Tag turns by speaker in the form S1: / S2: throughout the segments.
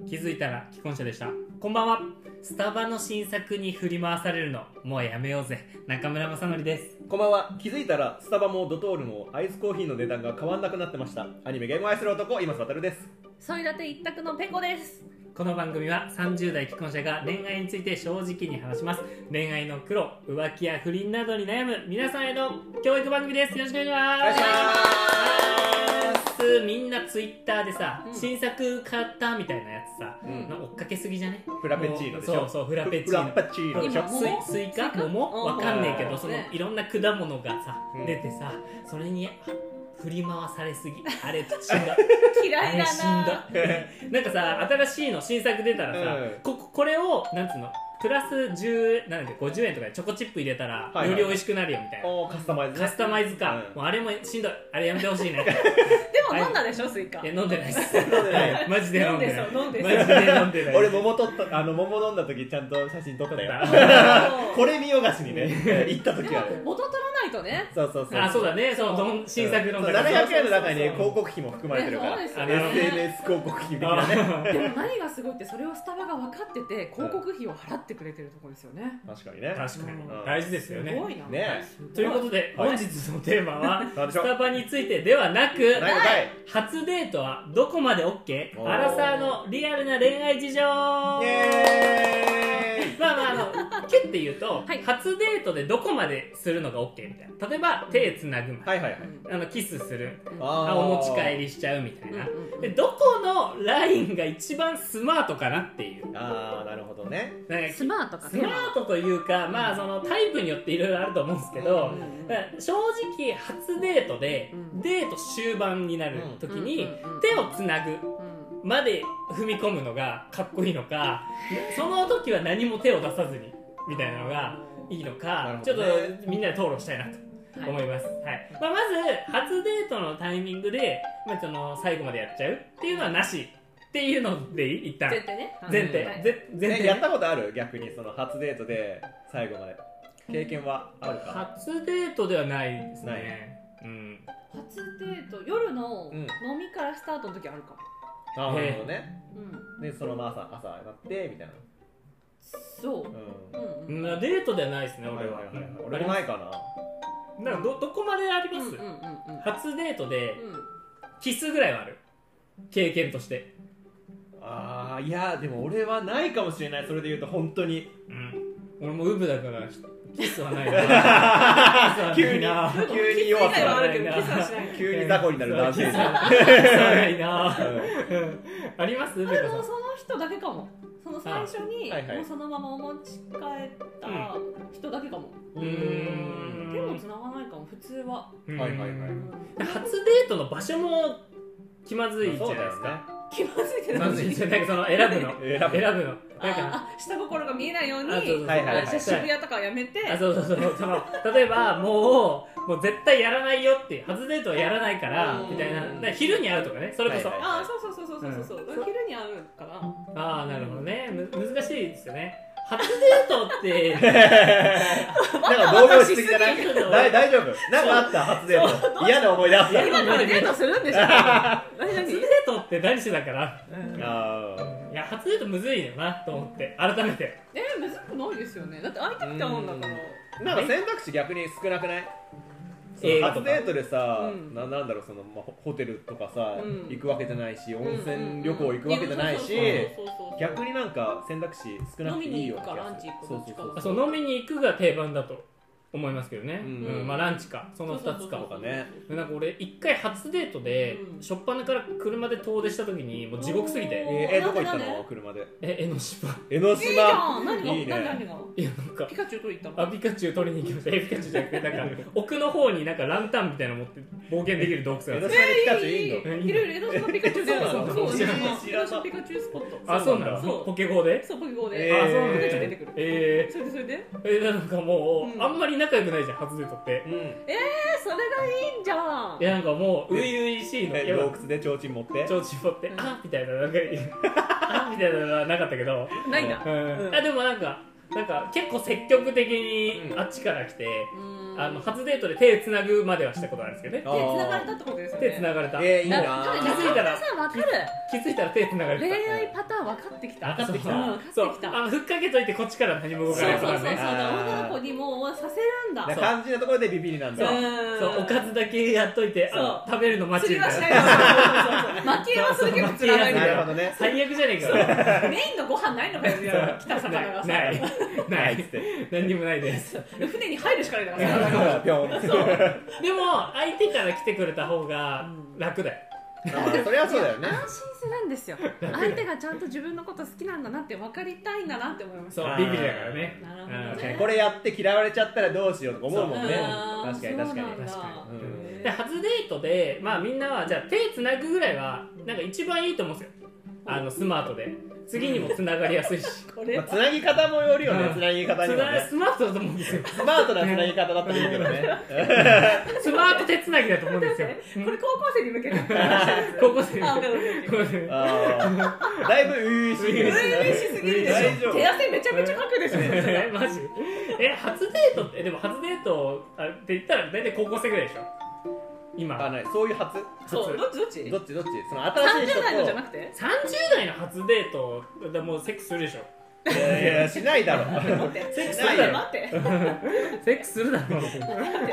S1: 気づいたら既婚者でした。こんばんは。スタバの新作に振り回されるのもうやめようぜ。中村正則です。
S2: こんばんは。気づいたらスタバもドトールもアイスコーヒーの値段が変わんなくなってました。アニメゲームを愛する男、今津渡です。
S3: ソイラテ一択のペコです。
S1: この番組は30代既婚者が恋愛について正直に話します。恋愛の苦労、浮気や不倫などに悩む皆さんへの教育番組です。よろしくお願いします。
S2: お願いします。
S1: みんなツイッターでさ、新作買ったみたいなやつさ、追っかけすぎじゃね？
S2: フラペチーノでしょ。
S1: そうフラペチーノでしょ。スイカ桃わかんねえけど、そのいろんな果物がさ、出てさ、それに振り回されすぎ、あれしんどい。
S3: 嫌いだな。
S1: しんどい。なんかさ、新しいの新作出たらさ、これをなんつうの、プラス10なんだっけ50円とかでチョコチップ入れたらより美味しくなるよみたいな。
S2: カスタマイズね。
S1: カスタマイズか。もうあれもしんどい。あれやめてほしいね。
S3: でも飲んだでしょ、スイカ。
S1: 飲んでないです。飲んでない。マジで飲んでない。
S3: 飲んで
S1: マジで飲んでない。
S2: 俺桃飲んだ時ちゃんと写真撮ったよ。これ見よがしにね、行った時はね。
S3: 元取らないとね。
S2: そう。
S1: あ、そうだね。新作の
S2: 700円の中に広告費も含まれてるから。SNS 広告費的なね。
S3: でも何がすごいって、それをスタバが分かってて広告費を払ってくれてるところですよね。
S2: 確かにね。
S1: 確かに大事ですよね。
S3: すごいな。
S1: ということで本日のテーマはスタバについてではなく、初デートはどこまで OK？ アラサーのリアルな恋愛事情。キュッて言うと、初デートでどこまでするのが OK みたいな。例えば手つなぐまで、キスする、お持ち帰りしちゃうみたいな。でどこのラインが一番スマートかなっていう。
S2: なるほどね。
S3: スマートか。
S1: スマートというか、そのタイプによっていろいろあると思うんですけど、正直初デートでデート終盤になる時に手をつなぐまで踏み込むのがかっこいいのか、その時は何も手を出さずにみたいなのがいいのか、ちょっとみんなで討論したいなと思います。まず初デートのタイミングで、その最後までやっちゃうっていうのはなしっていうので一旦前提
S2: やったことある？逆にその初デートで最後まで経験はあるか？
S1: 初デートではないですね。
S3: 初デート、夜の飲みからスタートの時あるかも。
S2: なるほどね。でそのまま朝なってみたいな。
S3: そう。
S1: デートではないですね、俺は。
S2: 俺もないかな。
S1: なんかどこまであります？初デートでキスぐらいはある、経験として。
S2: いやでも俺はないかもしれない。それで言うと本当に。
S1: 俺もウブだからキスはないな。
S2: 急に弱さがあるけどキスはしない。急に雑魚になる男性。
S1: キスはないな。あります？
S3: その人だけかも。その最初にもうそのままお持ち帰った人だけかも。手も繋がないかも普通は。
S1: 初デートの場所も気まずいじゃないですか。
S3: 気まずいけど、
S1: なんかその選ぶの
S3: 下心が見えないように渋谷とかやめて、
S1: 例えばもう絶対やらないよって、初デートはやらないからみたいな、昼に会うとかね、それこそ
S3: そう昼に会うから。
S1: なるほどね。難しいですよね。初デートって
S2: なんか動揺しすぎじゃない？大丈夫？なんかあった？初デート嫌な思い出あった？
S3: 今からデートするんでしょ？
S1: 初デートって何してたから。いや初デートむずいよなと思って改めて。
S3: むずくないですよね。だって相手来たもんだから。
S2: なんか選択肢逆に少なくない？初デートでさ、なんだろう、そのホテルとかさ行くわけじゃないし、温泉旅行行くわけじゃないし、逆になんか選択肢少なくていいような気がする。
S1: 飲みに行くが定番だと思いますけどね。ランチかその2つかとかね。なんか俺一回初デートで初っ端から車で遠出した時にもう地獄すぎて。
S2: どこ行ったの？車で。
S1: 江ノ島。
S3: いいじゃん。何が？
S1: いやなんか
S3: ピカチュウ取りに行ったの？
S1: ピカチュウ取りに行きました。ピカチュウじゃなくてなんか奥の方になんかランタンみたいなの持って冒険できる洞窟がある。
S2: 江ノ島にピカチュウいいの？
S3: いろいろ江ノ島ピカチュウ出るの。そう
S1: 知ら
S3: ない。ピカチュウスポット。
S1: そうなんだ。ポケゴーで？
S3: そうポケゴーで。
S1: そうなんだ。
S3: ピカチュウ出てくる。それで？
S1: なんかもうあんまり仲良くないじゃん初デートって。
S3: それがいいんじゃん。
S1: いやなんかもう初々しいの。
S2: 洞窟で提灯持って
S1: みたいななんかみたいなのはなかったけど。
S3: ないな。
S1: でもなんか結構積極的にあっちから来て、 初デートで手つなぐまではしたことあるんですけどね。
S3: 手つながれたってことですよね。
S1: 手つながれた。
S2: いいな。
S1: 気づいたら
S3: 気
S1: づいたら手つながれた。
S3: 恋愛パターン分かってきた。
S2: 分かってきた。
S1: そう、ふっかけといてこっちから何も動かないとかね。
S3: 女の子にもさせるんだ。
S2: 肝心なところでビビりなんだ。
S1: そう、おかずだけやっといて、食べるの待ちみたいな。
S3: 巻き合わせるけどつらないんだよ。
S1: 最悪じゃねえか。
S3: メインのご飯ないのかよ、来た魚がさ。
S1: ないって。何にもないです。
S3: 船に入るしかないから
S1: でも相手から来てくれた方が楽だよ。
S2: それはそうだよね。
S3: 安心するんですよ。相手がちゃんと自分のこと好きなんだなって分かりたいんだなって思いました。
S1: そうビビりだからね。
S2: これやって嫌われちゃったらどうしようとか思うもんね。確かに。
S1: で初デートでみんなはじゃあ手つなぐぐらいはなんか一番いいと思うんですよ。スマートで。次にもつながりやすいし、
S2: つなぎ方もよるよね。つなぎ方にもね。
S1: スマートだと思うんですよ。
S2: スマートなつなぎ方だったらいいけどね。
S1: スマート手つなぎだと思うんですよ。
S3: これ高校生に向けて。
S1: 高校生に向けて。
S2: だいぶ初々しすぎるでしょ。
S3: 手汗めちゃめちゃかくでしょ。
S1: マジ？初デートってでも初デートって言ったら大体高校生ぐらいでしょ。今
S2: そういう初？
S3: そうどっち？
S2: その新しい人と
S3: 30代のじゃなくて
S1: 30代の初デートでもうセックスするでしょ。
S2: いやしないだろ。
S3: セックスするだろ。待って。
S1: セックスするだろ。大人に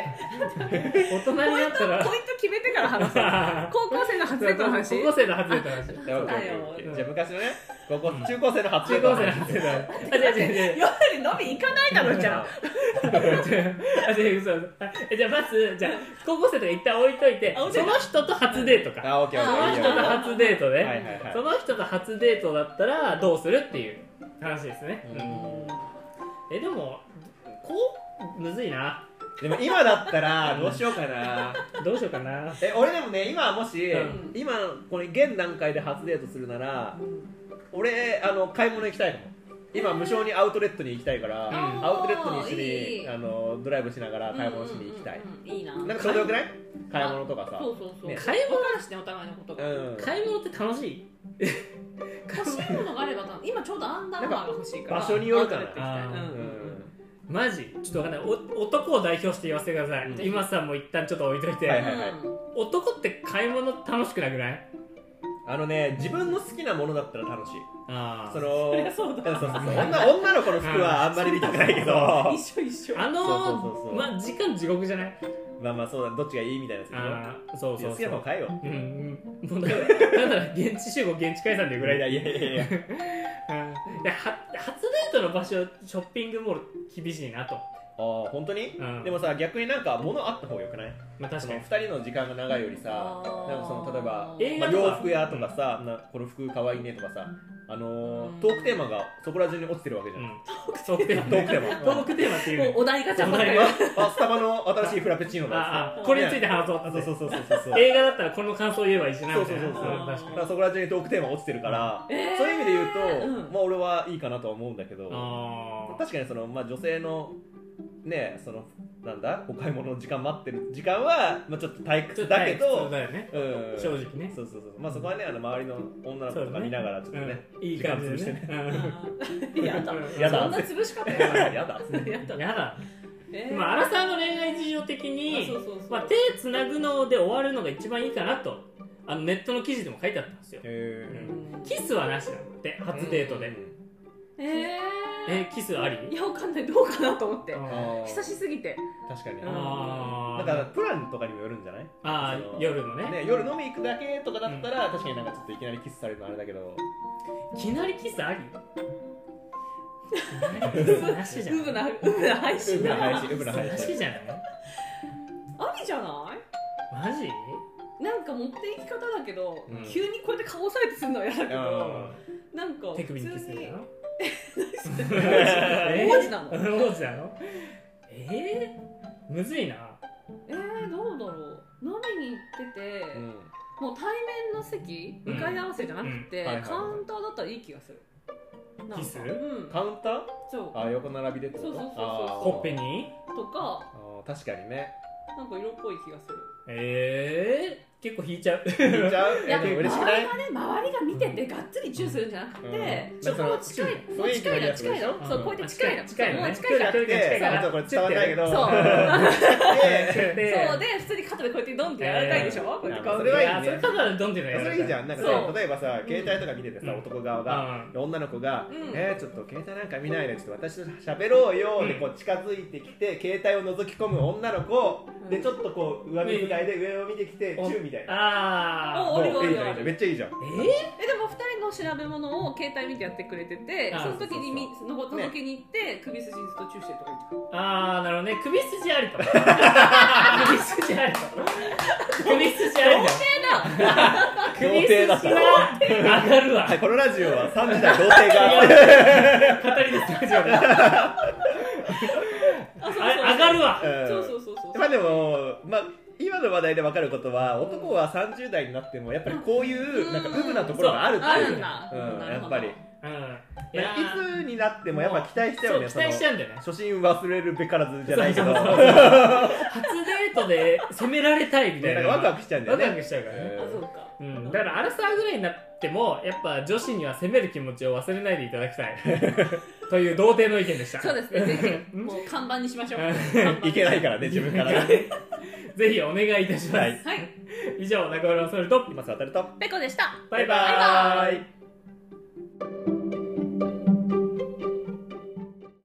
S1: なったら
S3: ポイント決めてから話す。高校生の初デートの話。
S1: 高校生の初デートの話。
S2: じゃあ昔のね、中高生の初デート。
S1: 中高生の初デート。
S3: 夜に飲み行かないだろじゃあ。
S1: じゃあまずじゃあ高校生とか一旦置いといて、その人と初デートか。その人と初デートで、その人と初デートだったらどうするっていう話ですね。でもむずいな。
S2: でも今だったらどうしようかな。
S1: どうしようかな。
S2: 俺でもね、今もし今この現段階で初デートするなら、俺買い物行きたいかも。今無償にアウトレットに行きたいから、アウトレットに一緒にドライブしながら買い物しに行きたい。
S3: いいな。
S2: なんかちょうどよくない？買い物とかさ。
S3: そう。
S1: 買い物
S3: してお互いのことが。
S1: 買い物って楽しい？
S3: 欲しいものがあれば今ちょうどアンダーバーが欲しいから。
S2: 場所によるかな。
S1: マジちょっとわかんない。男を代表して言わせてください。今さんも一旦ちょっと置いといて。男って買い物楽しくなくない？
S2: 自分の好きなものだったら楽しい。
S3: そりゃそうだ。
S2: 女の子の服はあんまり見たくないけど。
S3: 一緒。
S1: 時間地獄じゃない？
S2: そうだ、どっちがいいみたいなやつ。そう。好きなもの買えよ。
S1: もうだから現地集合現地解散でぐらいだ。
S2: いや。
S1: 初デートの場所ショッピングモール厳しいなと。
S2: 本当に？でもさ、逆になんか物あった方がよくない？確かに2人の時間が長いよりさ、例えば洋服屋とかさ、この服かわいいねとかさ、トークテーマがそこら中に落ちてるわけじゃん。
S1: トークテーマっていう
S3: お題ガチャ
S2: スタバの新しいフラペチーノだ。
S1: これについて話そう。そう映画だったらこの感想を言えばいいしなみたいな。
S2: そこら中にトークテーマ落ちてるから、そういう意味で言うと俺はいいかなとは思うんだけど、確かに女性のね、お買い物の時間待ってる時間はちょっと退屈だけど、
S1: 正直ね。
S2: そこはね、周りの女の子とか見ながらちょっとね、
S1: いい感じでしてね。
S3: やだ。そんな潰し方やだ。
S1: アラサーの恋愛事情的に手つなぐので終わるのが一番いいかなとネットの記事でも書いてあったんですよ。キスはなしなのって初デートで。キスあり？
S3: いや、わかんない。どうかなと思って。久しすぎて。
S2: 確かに。だからプランとかにもよるんじゃない？
S1: 夜のね。
S2: 夜飲み行くだけとかだったら確かにちょっといきなりキスされるのあれだけど。
S1: いきなりキスあり？なしじゃん。
S3: ウブな配信
S1: なしじゃない？
S3: ありじゃない？
S1: マジ？
S3: なんか持っていき方だけど、急にこうやって顔押さえてするのは嫌だけど、なんか
S1: 手首にキスするの？
S3: 王子なの？
S1: むずいな。
S3: どうだろう。飲みに行ってて、もう対面の席向かい合わせじゃなくてカウンターだったらいい気がする。
S1: キス？
S2: カウンター？
S3: そう。
S2: 横並びでってこと？
S1: ほっぺに？
S3: とか。
S2: 確かにね。
S3: なんか色っぽい気がする。
S1: 結構引いちゃう。
S2: 引いちゃう。
S3: いや
S2: 嬉しくない？
S3: 周りが見ててがっつりチューするんじゃなくて、ちょっと近いの、近いの、そう、こうやって近いの、
S1: 近いのね、
S3: 近いの、
S2: これ伝わらないけど、
S3: そう、で普通に肩でこうやってドンって柔らかいでしょ。
S2: それはいいね。
S1: それ肩でドンっていうの
S2: それいいじゃん。なんか例えばさ、携帯とか見ててさ、男側が女の子がちょっと携帯なんか見ないで、ちょっと私と喋ろうよでこう近づいてきて携帯を覗き込む女の子で、ちょっとこう上目遣いで上を見てきてチューみたいな。めっちゃいいじゃん。
S3: でも2人の調べ物を携帯見てやってくれてて、その時に届けに行って首筋ずっとチューしてるとか言って。
S1: なるほどね。首筋ありと。首筋ありと。首筋ありだ。首筋は上がるわ。
S2: このラジオは3時代童貞が
S1: 語りですラジオで。上がるわ。
S2: まあでも今の話題で分かることは、男は30代になってもやっぱりこういうなんかウブなところがあるっていう。やっぱり。いつになってもやっぱ期待しちゃうね。
S1: 期待しちゃうんだよね。
S2: 初心忘れるべからずじゃないけど、初
S1: デートで責められたいみたいな。
S2: ワクワクしちゃうんだよね。
S1: ワクワクしちゃうからね。だからアラサーぐらいになってもやっぱ女子には責める気持ちを忘れないでいただきたいという童貞の意見でした。
S3: そうですね。ぜひもう看板にしましょう。
S2: いけないからね、自分から。
S1: ぜひお願いいたします。以上、中村まさると
S2: 今さわたると
S3: ペコでした。
S1: バイバーイ。